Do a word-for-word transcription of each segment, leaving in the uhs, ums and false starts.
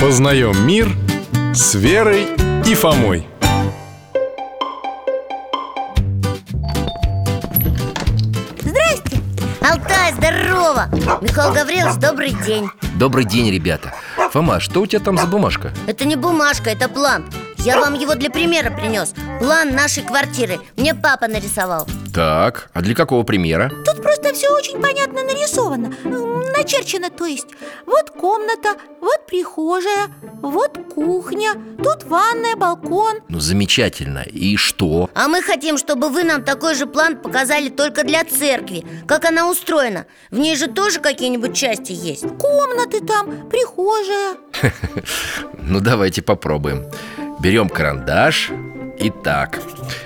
Познаем мир с Верой и Фомой. Здрасте! Алтай, здорово! Михаил Гаврилович, добрый день. Добрый день, ребята. Фома, что у тебя там за бумажка? Это не бумажка, это план. Я вам его для примера принес. План нашей квартиры. Мне папа нарисовал. Так, а для какого примера? Тут просто все очень понятно нарисовано. Начерчено, то есть. Вот комната, вот прихожая, вот кухня, тут ванная, балкон. Ну, замечательно. И что? А мы хотим, чтобы вы нам такой же план показали только для церкви. Как она устроена. В ней же тоже какие-нибудь части есть. Комнаты там, прихожая. Ну, давайте попробуем. Берем карандаш. Итак,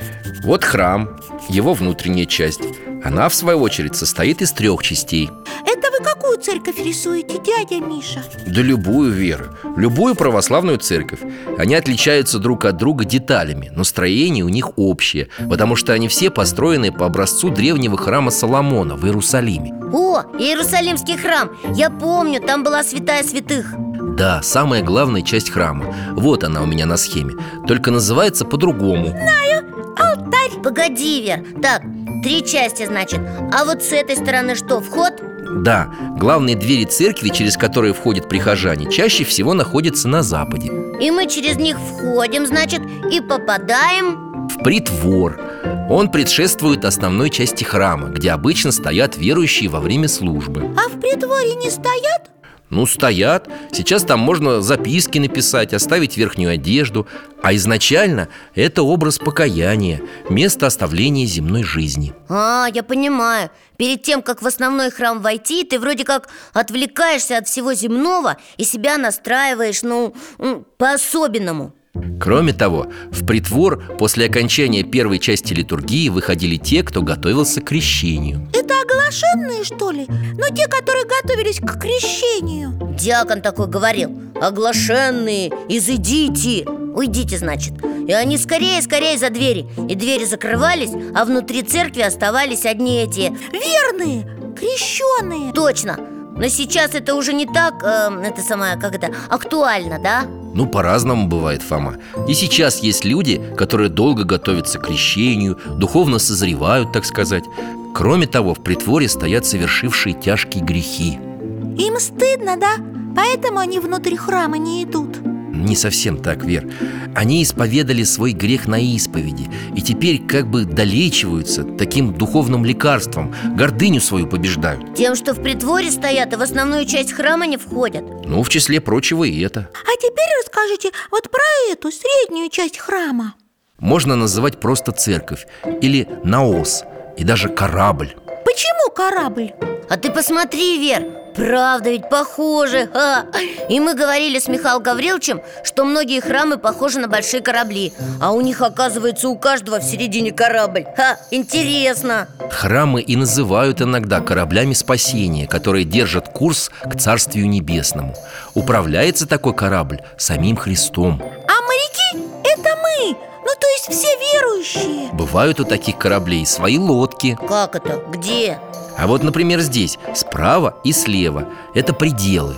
вот храм, его внутренняя часть. Она, в свою очередь, состоит из трех частей. Это вы какую церковь рисуете, дядя Миша? Да любую, Вера, любую православную церковь. Они отличаются друг от друга деталями, но строение у них общее, потому что они все построены по образцу древнего храма Соломона в Иерусалиме. О, Иерусалимский храм. Я помню, там была святая святых. Да, самая главная часть храма. Вот она у меня на схеме. Только называется по-другому. Знаю, алтарь. Погоди, Вер. Так, три части, значит. А вот с этой стороны что, вход? Да, главные двери церкви, через которые входят прихожане, чаще всего находятся на западе. И мы через них входим, значит, и попадаем в притвор. Он предшествует основной части храма, где обычно стоят верующие во время службы. А в притворе не стоят? Ну, стоят. Сейчас там можно записки написать, оставить верхнюю одежду. А изначально это образ покаяния, место оставления земной жизни. А, я понимаю. Перед тем, как в основной храм войти, ты вроде как отвлекаешься от всего земного и себя настраиваешь, ну, по-особенному. Кроме того, в притвор после окончания первой части литургии выходили те, кто готовился к крещению. Это оглашенные, что ли? Но те, которые готовились к крещению. Диакон такой говорил: оглашенные, изыдите. Уйдите, значит. И они скорее-скорее за двери. И двери закрывались, а внутри церкви оставались одни эти... Верные, крещеные. Точно. Но сейчас это уже не так, э, это самое, как это, актуально, да? Ну, по-разному бывает, Фома. И сейчас есть люди, которые долго готовятся к крещению, духовно созревают, так сказать. Кроме того, в притворе стоят совершившие тяжкие грехи. Им стыдно, да? Поэтому они внутрь храма не идут. Не совсем так, Вер. Они исповедали свой грех на исповеди и теперь как бы долечиваются таким духовным лекарством, гордыню свою побеждают. Тем, что в притворе стоят и в основную часть храма не входят. Ну, в числе прочего и это. А теперь расскажите вот про эту среднюю часть храма. Можно называть просто церковь или наос, и даже корабль. Почему корабль? А ты посмотри, Вер, правда ведь похожи. Ха. И мы говорили с Михаилом Гавриловичем, что многие храмы похожи на большие корабли. А у них, оказывается, у каждого в середине корабль. Ха, интересно. Храмы и называют иногда кораблями спасения, которые держат курс к Царствию Небесному. Управляется такой корабль самим Христом. А моряки – это мы. Ну, то есть все верующие. Бывают у таких кораблей свои лодки. Как это? Где? А вот, например, здесь, справа и слева. Это пределы.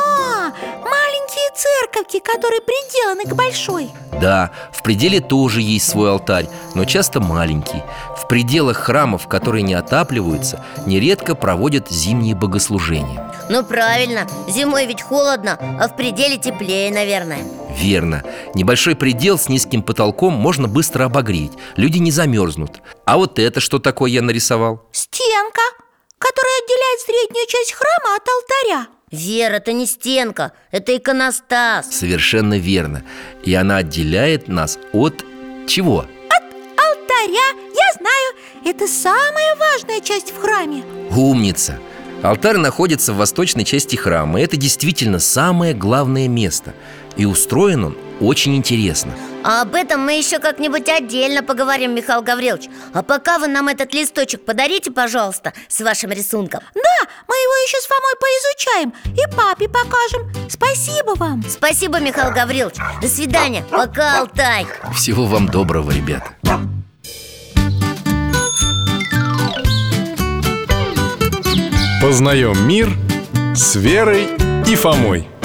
А, маленькие церковки, которые приделаны к большой. Да, в пределе тоже есть свой алтарь, но часто маленький. В пределах храмов, которые не отапливаются, нередко проводят зимние богослужения. Ну правильно, зимой ведь холодно, а в пределе теплее, наверное. Верно. Небольшой предел с низким потолком можно быстро обогреть. Люди не замерзнут. А вот это что такое я нарисовал? Стенка, которая отделяет среднюю часть храма от алтаря. Вера, это не стенка, это иконостас. Совершенно верно. И она отделяет нас от чего? От алтаря, я знаю. Это самая важная часть в храме. Умница! Алтарь находится в восточной части храма. Это действительно самое главное место. И устроен он очень интересно. А об этом мы еще как-нибудь отдельно поговорим, Михаил Гаврилович. А пока вы нам этот листочек подарите, пожалуйста, с вашим рисунком. Да, мы его еще с Фомой поизучаем и папе покажем. Спасибо вам. Спасибо, Михаил Гаврилович. До свидания. Пока, Алтай. Всего вам доброго, ребята. Познаем мир с Верой и Фомой.